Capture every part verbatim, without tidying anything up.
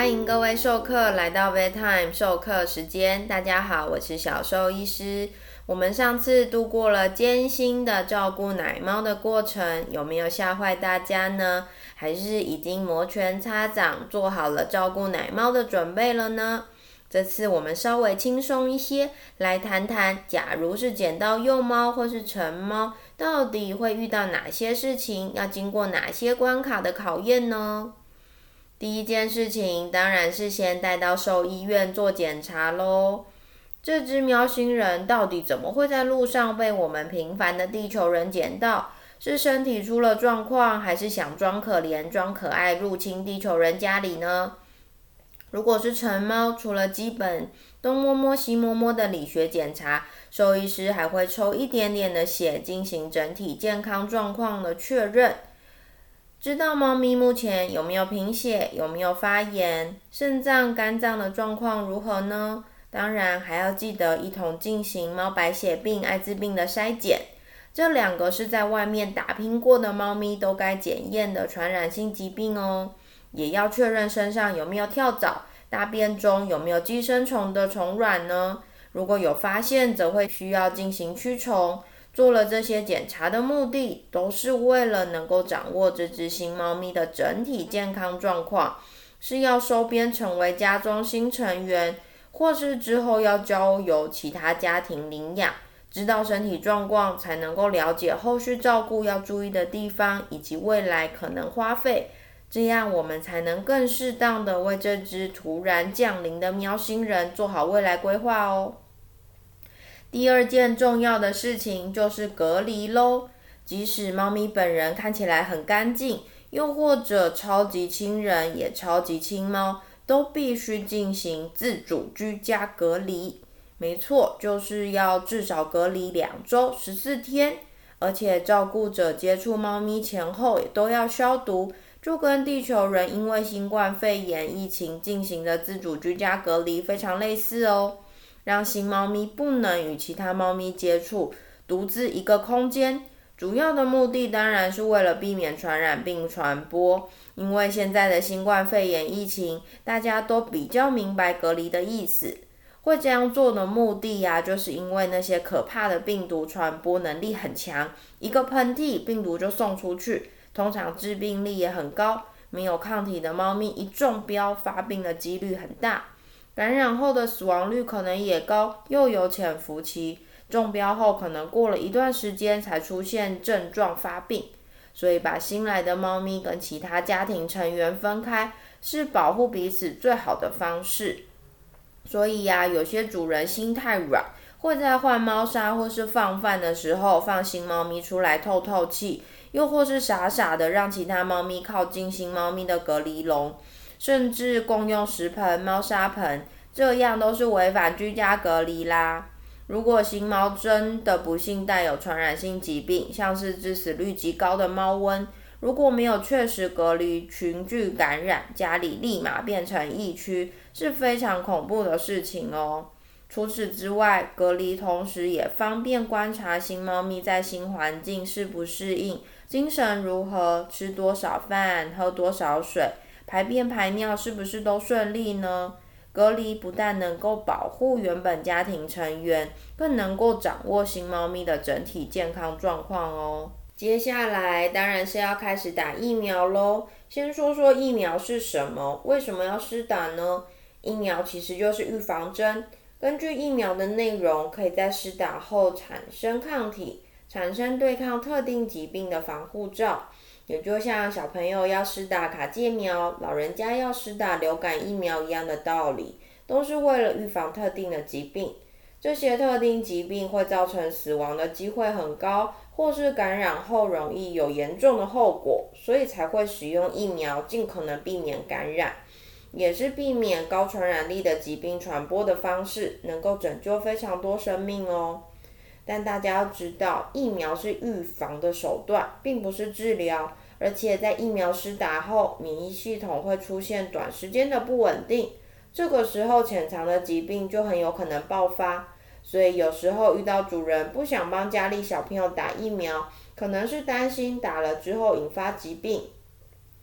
欢迎各位授课来到 Vet Time 授课时间。大家好，我是小兽医师。我们上次度过了艰辛的照顾奶猫的过程，有没有吓坏大家呢？还是已经摩拳擦掌，做好了照顾奶猫的准备了呢？这次我们稍微轻松一些，来谈谈假如是捡到幼猫或是成猫，到底会遇到哪些事情，要经过哪些关卡的考验呢？第一件事情当然是先带到兽医院做检查咯。这只喵星人到底怎么会在路上被我们平凡的地球人捡到？是身体出了状况，还是想装可怜装可爱入侵地球人家里呢？如果是成猫，除了基本东摸摸西摸摸的理学检查，兽医师还会抽一点点的血进行整体健康状况的确认，知道猫咪目前有没有贫血，有没有发炎，肾脏肝脏的状况如何呢？当然还要记得一同进行猫白血病艾滋病的筛检，这两个是在外面打拼过的猫咪都该检验的传染性疾病哦。也要确认身上有没有跳蚤，大便中有没有寄生虫的虫卵呢？如果有发现，则会需要进行驱虫。做了这些检查的目的，都是为了能够掌握这只新猫咪的整体健康状况，是要收编成为家中新成员，或是之后要交由其他家庭领养。知道身体状况，才能够了解后续照顾要注意的地方，以及未来可能花费。这样我们才能更适当的为这只突然降临的喵星人做好未来规划哦。第二件重要的事情就是隔离咯。即使猫咪本人看起来很干净，又或者超级亲人也超级亲猫，都必须进行自主居家隔离。没错，就是要至少隔离两周十四天，而且照顾者接触猫咪前后也都要消毒，就跟地球人因为新冠肺炎疫情进行的自主居家隔离非常类似哦。让新猫咪不能与其他猫咪接触，独自一个空间，主要的目的当然是为了避免传染病传播。因为现在的新冠肺炎疫情，大家都比较明白隔离的意思。会这样做的目的呀、啊，就是因为那些可怕的病毒传播能力很强，一个喷嚏病毒就送出去，通常致病力也很高，没有抗体的猫咪一中标发病的几率很大。感染后的死亡率可能也高，又有潜伏期，中标后可能过了一段时间才出现症状发病，所以把新来的猫咪跟其他家庭成员分开，是保护彼此最好的方式。所以呀、啊，有些主人心太软，会在换猫砂或是放饭的时候放新猫咪出来透透气，又或是傻傻的让其他猫咪靠近新猫咪的隔离笼，甚至共用食盆、猫砂盆，这样都是违反居家隔离啦。如果新猫真的不幸带有传染性疾病，像是致死率极高的猫瘟，如果没有确实隔离，群聚感染，家里立马变成疫区，是非常恐怖的事情哦。除此之外，隔离同时也方便观察新猫咪在新环境适不适应，精神如何，吃多少饭，喝多少水，排便排尿是不是都顺利呢？隔离不但能够保护原本家庭成员，更能够掌握新猫咪的整体健康状况哦。接下来当然是要开始打疫苗咯。先说说疫苗是什么，为什么要施打呢？疫苗其实就是预防针，根据疫苗的内容，可以在施打后产生抗体，产生对抗特定疾病的防护罩。也就像小朋友要施打卡介苗，老人家要施打流感疫苗一样的道理，都是为了预防特定的疾病。这些特定疾病会造成死亡的机会很高，或是感染后容易有严重的后果，所以才会使用疫苗，尽可能避免感染，也是避免高传染力的疾病传播的方式，能够拯救非常多生命哦。但大家要知道，疫苗是预防的手段，并不是治疗，而且在疫苗施打后，免疫系统会出现短时间的不稳定，这个时候潜藏的疾病就很有可能爆发。所以有时候遇到主人不想帮家里小朋友打疫苗，可能是担心打了之后引发疾病，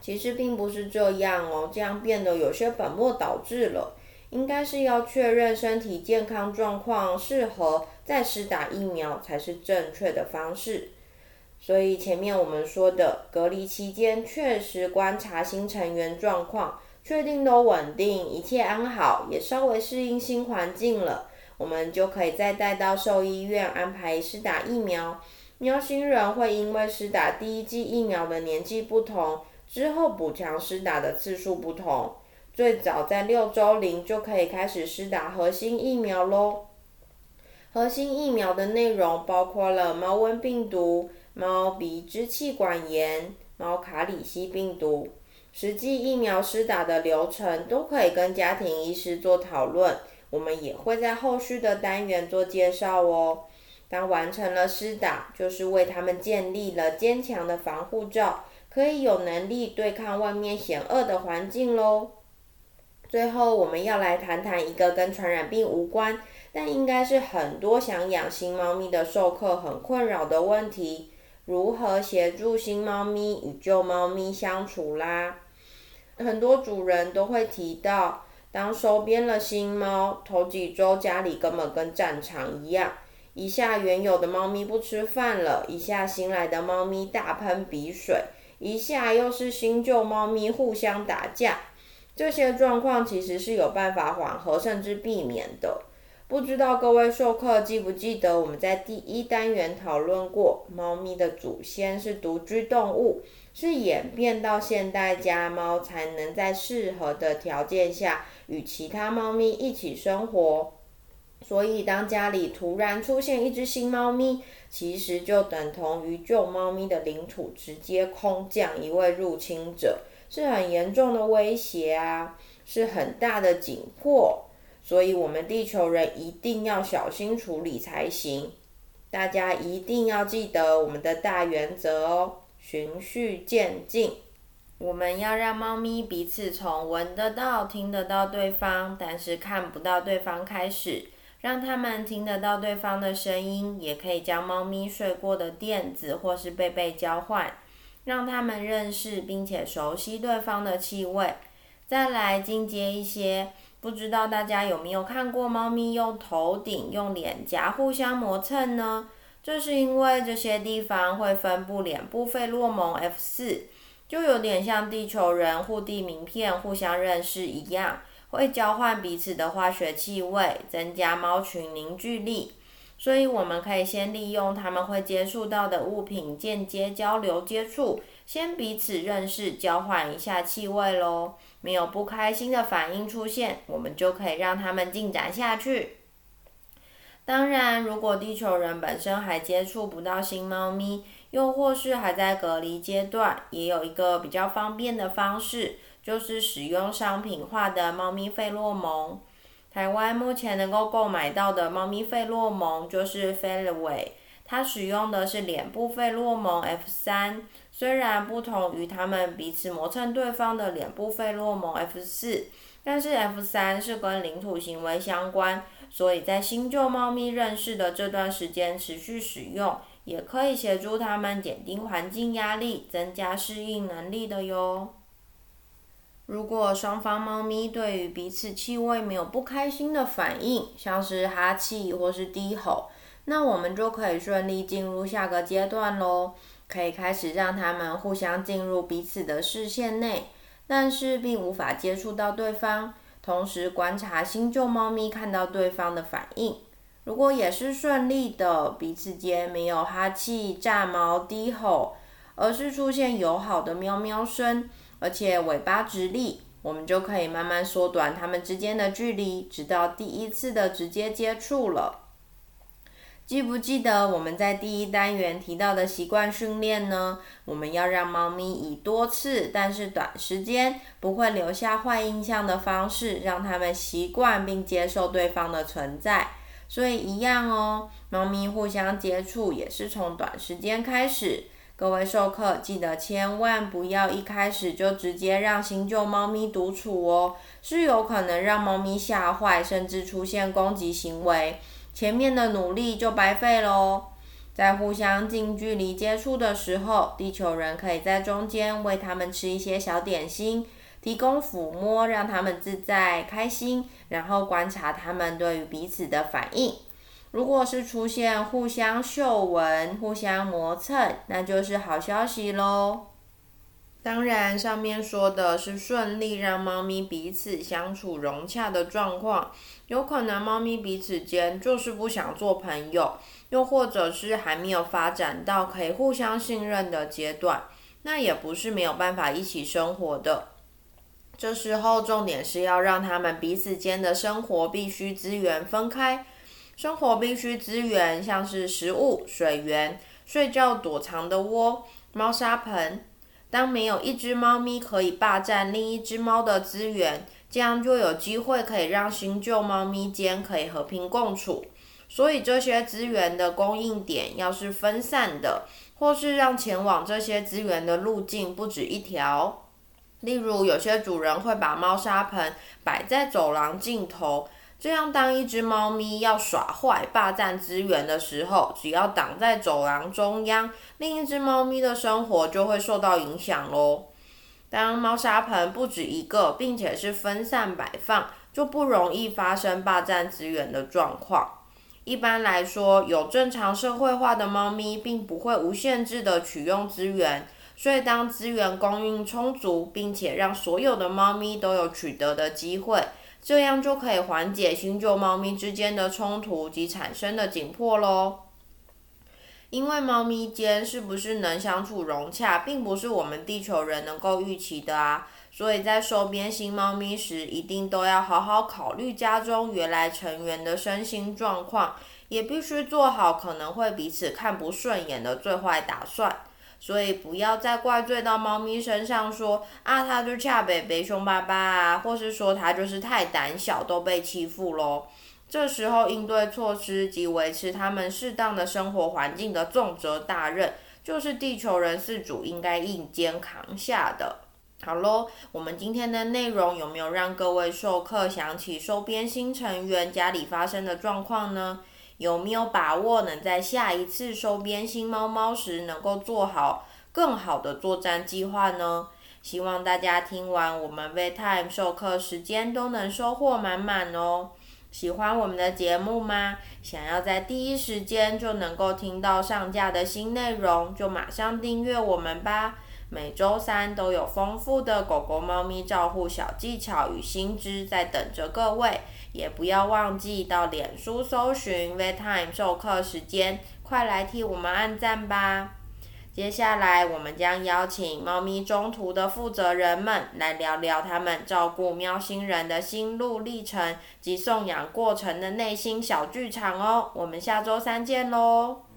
其实并不是这样哦，这样变得有些本末倒置了。应该是要确认身体健康状况适合再施打疫苗才是正确的方式。所以前面我们说的隔离期间确实观察新成员状况，确定都稳定，一切安好，也稍微适应新环境了，我们就可以再带到兽医院安排施打疫苗。喵星人会因为施打第一剂疫苗的年纪不同，之后补强施打的次数不同。最早在六周龄就可以开始施打核心疫苗咯。核心疫苗的内容包括了猫瘟病毒、猫鼻支气管炎、猫卡里西病毒。实际疫苗施打的流程都可以跟家庭医师做讨论，我们也会在后续的单元做介绍哦。当完成了施打，就是为他们建立了坚强的防护罩，可以有能力对抗外面险恶的环境咯。最后我们要来谈谈一个跟传染病无关，但应该是很多想养新猫咪的授课很困扰的问题，如何协助新猫咪与旧猫咪相处啦。很多主人都会提到，当收编了新猫，头几周家里根本跟战场一样，一下原有的猫咪不吃饭了，一下新来的猫咪大喷鼻水，一下又是新旧猫咪互相打架。这些状况其实是有办法缓和甚至避免的。不知道各位授课记不记得我们在第一单元讨论过，猫咪的祖先是独居动物，是演变到现代家猫才能在适合的条件下与其他猫咪一起生活。所以当家里突然出现一只新猫咪，其实就等同于旧猫咪的领土直接空降一位入侵者，是很严重的威胁啊，是很大的紧迫，所以我们地球人一定要小心处理才行。大家一定要记得我们的大原则哦，循序渐进。我们要让猫咪彼此从闻得到、听得到对方，但是看不到对方开始，让他们听得到对方的声音，也可以将猫咪睡过的垫子或是被被交换，让他们认识并且熟悉对方的气味。再来进阶一些，不知道大家有没有看过猫咪用头顶、用脸颊互相磨蹭呢？这是因为这些地方会分布脸部费洛蒙 F 四， 就有点像地球人互递名片、互相认识一样，会交换彼此的化学气味，增加猫群凝聚力。所以我们可以先利用他们会接触到的物品间接交流接触，先彼此认识，交换一下气味咯。没有不开心的反应出现，我们就可以让他们进展下去。当然，如果地球人本身还接触不到新猫咪，又或是还在隔离阶段，也有一个比较方便的方式，就是使用商品化的猫咪费洛蒙。台湾目前能够购买到的猫咪费洛蒙就是 Feliway， 它使用的是脸部费洛蒙 F 三， 虽然不同于它们彼此磨蹭对方的脸部费洛蒙 F 四， 但是 F 三 是跟领土行为相关，所以在新旧猫咪认识的这段时间持续使用，也可以协助它们减低环境压力，增加适应能力的哟。如果双方猫咪对于彼此气味没有不开心的反应，像是哈气或是低吼，那我们就可以顺利进入下个阶段咯，可以开始让它们互相进入彼此的视线内，但是并无法接触到对方，同时观察新旧猫咪看到对方的反应。如果也是顺利的，彼此间没有哈气、炸毛、低吼，而是出现友好的喵喵声，而且尾巴直立，我们就可以慢慢缩短它们之间的距离，直到第一次的直接接触了。记不记得我们在第一单元提到的习惯训练呢？我们要让猫咪以多次但是短时间不会留下坏印象的方式，让它们习惯并接受对方的存在。所以一样哦，猫咪互相接触也是从短时间开始。各位授课记得千万不要一开始就直接让新旧猫咪独处哦，是有可能让猫咪吓坏，甚至出现攻击行为，前面的努力就白费咯。 在互相近距离接触的时候，地球人可以在中间喂他们吃一些小点心，提供抚摸，让他们自在开心，然后观察他们对于彼此的反应。如果是出现互相嗅闻、互相磨蹭，那就是好消息咯。当然，上面说的是顺利让猫咪彼此相处融洽的状况，有可能猫咪彼此间就是不想做朋友，又或者是还没有发展到可以互相信任的阶段，那也不是没有办法一起生活的。这时候重点是要让他们彼此间的生活必需资源分开。生活必需资源像是食物、水源、睡觉躲藏的窝、猫砂盆。当没有一只猫咪可以霸占另一只猫的资源，这样就有机会可以让新旧猫咪间可以和平共处。所以这些资源的供应点要是分散的，或是让前往这些资源的路径不止一条。例如，有些主人会把猫砂盆摆在走廊尽头，这样当一只猫咪要耍坏霸占资源的时候，只要挡在走廊中央，另一只猫咪的生活就会受到影响咯。当猫砂盆不止一个，并且是分散摆放，就不容易发生霸占资源的状况。一般来说，有正常社会化的猫咪并不会无限制的取用资源，所以当资源供应充足，并且让所有的猫咪都有取得的机会，这样就可以缓解新旧猫咪之间的冲突及产生的紧迫咯。因为猫咪间是不是能相处融洽，并不是我们地球人能够预期的啊，所以在收编新猫咪时，一定都要好好考虑家中原来成员的身心状况，也必须做好可能会彼此看不顺眼的最坏打算。所以不要再怪罪到猫咪身上说啊，它就恰北北凶巴巴啊，或是说它就是太胆小都被欺负咯。这时候应对措施及维持它们适当的生活环境的重责大任，就是地球人饲主应该硬肩扛下的。好咯，我们今天的内容有没有让各位授课想起收编新成员家里发生的状况呢？有没有把握能在下一次收编新猫猫时能够做好更好的作战计划呢？希望大家听完我们 VetTime 授课时间都能收获满满哦。喜欢我们的节目吗？想要在第一时间就能够听到上架的新内容，就马上订阅我们吧。每周三都有丰富的狗狗猫咪照护小技巧与新知在等着各位，也不要忘记到脸书搜寻 VetTime 授课时间，快来替我们按赞吧。接下来我们将邀请猫咪中途的负责人们来聊聊他们照顾喵星人的心路历程及送养过程的内心小剧场哦。我们下周三见咯。